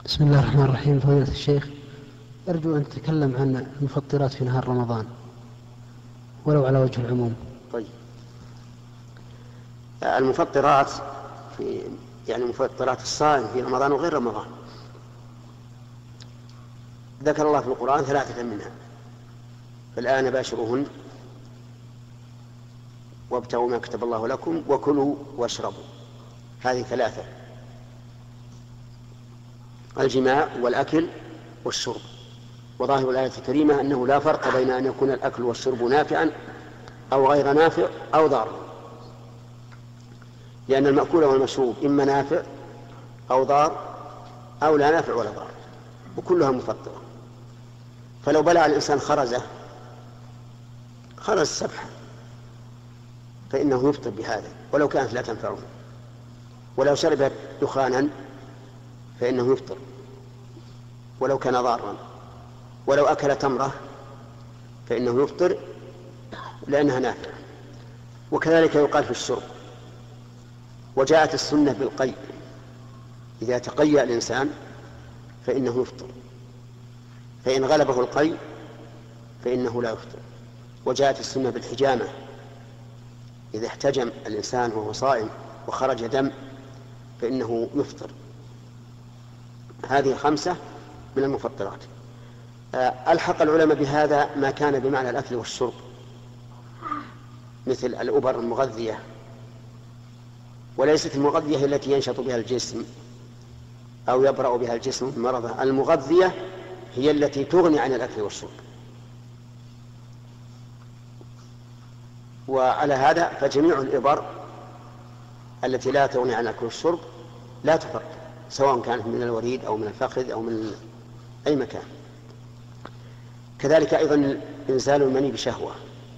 بسم الله الرحمن الرحيم. فضيلة الشيخ، أرجو أن تتكلم عن المفطرات في نهار رمضان ولو على وجه العموم. طيب، المفطرات مفطرات الصائم في رمضان وغير رمضان ذكر الله في القرآن 3 منها، فالآن باشروهن وابتغوا ما كتب الله لكم وكلوا واشربوا. هذه 3: الجماع والأكل والشرب. وظاهر الآية الكريمة أنه لا فرق بين أن يكون الأكل والشرب نافعا أو غير نافع أو ضار، لأن المأكول والمشروب إما نافع أو ضار أو لا نافع ولا ضار، وكلها مفطرة. فلو بلع الإنسان خرز سبحة فإنه يفطر بهذا ولو كانت لا تنفعه، ولو شرب دخانا فإنه يفطر ولو كان ضارا، ولو أكل تمرة فإنه يفطر لأنها نافعة. وكذلك يقال في الشرب. وجاءت السنة بالقيء، إذا تقيأ الإنسان فإنه يفطر، فإن غلبه القيء فإنه لا يفطر. وجاءت السنة بالحجامة، إذا احتجم الإنسان وهو صائم وخرج دم فإنه يفطر. هذه 5 من المفطرات. ألحق العلماء بهذا ما كان بمعنى الأكل والشرب، مثل الأبر المغذية، وليست المغذية التي ينشط بها الجسم أو يبرأ بها الجسم من مرضه. المغذية هي التي تغني عن الأكل والشرب. وعلى هذا فجميع الإبر التي لا تغني عن الأكل والشرب لا تفطر، سواء كانت من الوريد أو من الفخذ أو من أي مكان. كذلك أيضا إنزال المني بشهوة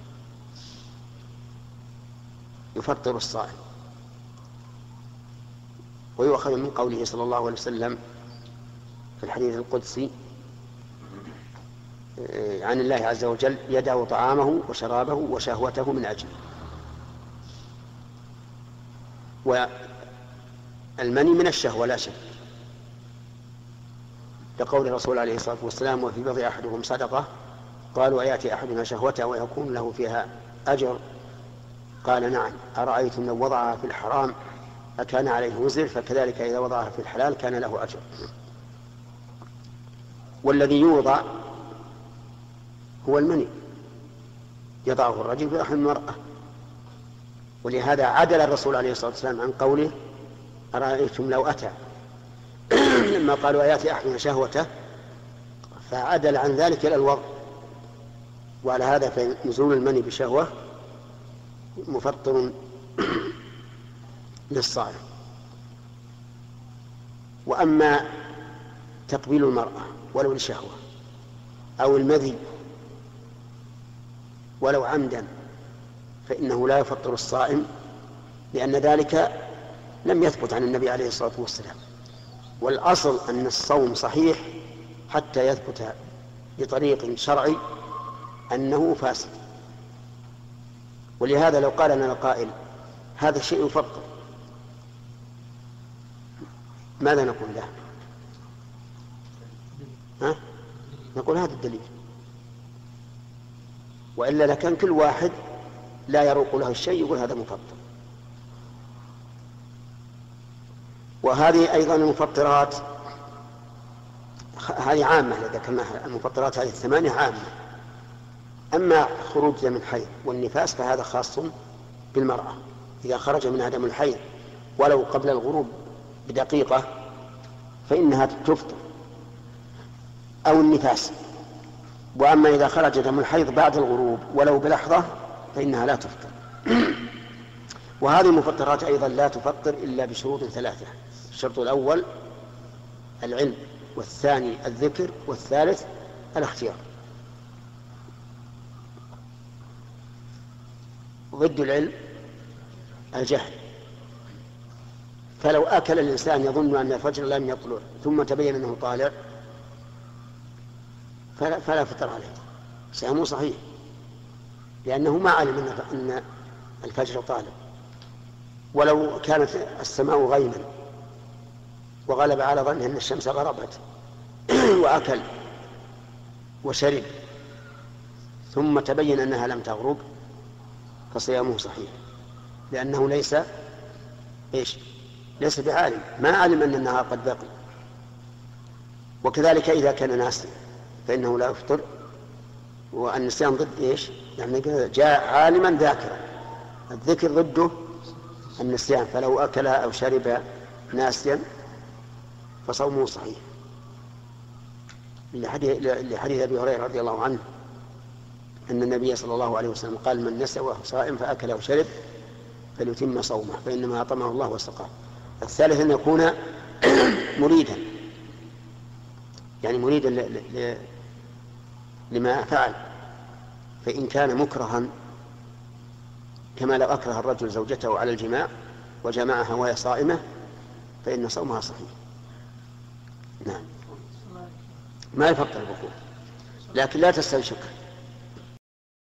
يفطر الصائم، ويؤخذ من قوله صلى الله عليه وسلم في الحديث القدسي عن الله عز وجل: يدع طعامه وشرابه وشهوته من أجله. والمني من الشهوة لا شك، لقول الرسول عليه الصلاة والسلام: وفي بضع أحدهم صدقة، قالوا: أيأتي أحدنا شهوته ويكون له فيها أجر؟ قال: نعم. أرأيتم لو وضعها في الحرام أكان عليه وزر؟ فكذلك إذا وضعها في الحلال كان له أجر. والذي يوضع هو المني، يضعه الرجل في رحم المرأة. ولهذا عدل الرسول عليه الصلاة والسلام عن قوله: أرأيتم لو أتى لما قالوا: أياتي أحدنا شهوته، فعدل عن ذلك إلى الوضع. وعلى هذا فنزول المني بشهوة مفطر للصائم. وأما تقبيل المرأة ولو لشهوة أو المذي ولو عمدا فإنه لا يفطر الصائم، لأن ذلك لم يثبت عن النبي عليه الصلاة والسلام. والأصل أن الصوم صحيح حتى يثبت بطريق شرعي أنه فاسد. ولهذا لو قال لنا القائل: هذا الشيء يفطر، ماذا نقول له؟ نقول: هذا الدليل. وإلا لكان كل واحد لا يروق له الشيء يقول هذا مفطر. وهذه أيضا المفطرات هذه عامة، إذا ذكرناها المفطرات هذه 8 عامة. أما خروج دم الحيض والنفاس فهذا خاص بالمرأة، إذا خرج منها دم الحيض ولو قبل الغروب بدقيقة فإنها تفطر، أو النفاس. وأما إذا خرج دم الحيض بعد الغروب ولو بلحظة فإنها لا تفطر. وهذه المفطرات أيضا لا تفطر إلا بشروط 3: الشرط الأول العلم، والثاني الذكر، والثالث الاختيار. ضد العلم الجهل. فلو أكل الإنسان يظن أن الفجر لم يطلع ثم تبين أنه طالع فلا فطر عليه، صيامه صحيح، لأنه ما علم أن الفجر طالع. ولو كانت السماء غيما وغلب على ظنه أن الشمس غربت وأكل وشرب ثم تبين أنها لم تغرب فصيامه صحيح، لأنه ليس بعالم، ما علم أن النهار قد بقي. وكذلك إذا كان ناسيا فإنه لا يفطر، والنسيان ضد يعني جاء عالما ذاكرا، الذكر ضده النسيان، فلو أكل أو شرب ناسيا فصومه صحيح، لحديث أبي هريرة رضي الله عنه أن النبي صلى الله عليه وسلم قال: من نسي وهو صائم فأكل أو شرب فليتم صومه فإنما أطعمه الله وسقاه. الثالث أن يكون مريدا، يعني مريدا لما فعل، فإن كان مكرها كما لو أكره الرجل زوجته على الجماع وجمعها وهي صائمة فإن صومها صحيح. نعم، ما يفطر الوقوف، لكن لا تستوي شكر.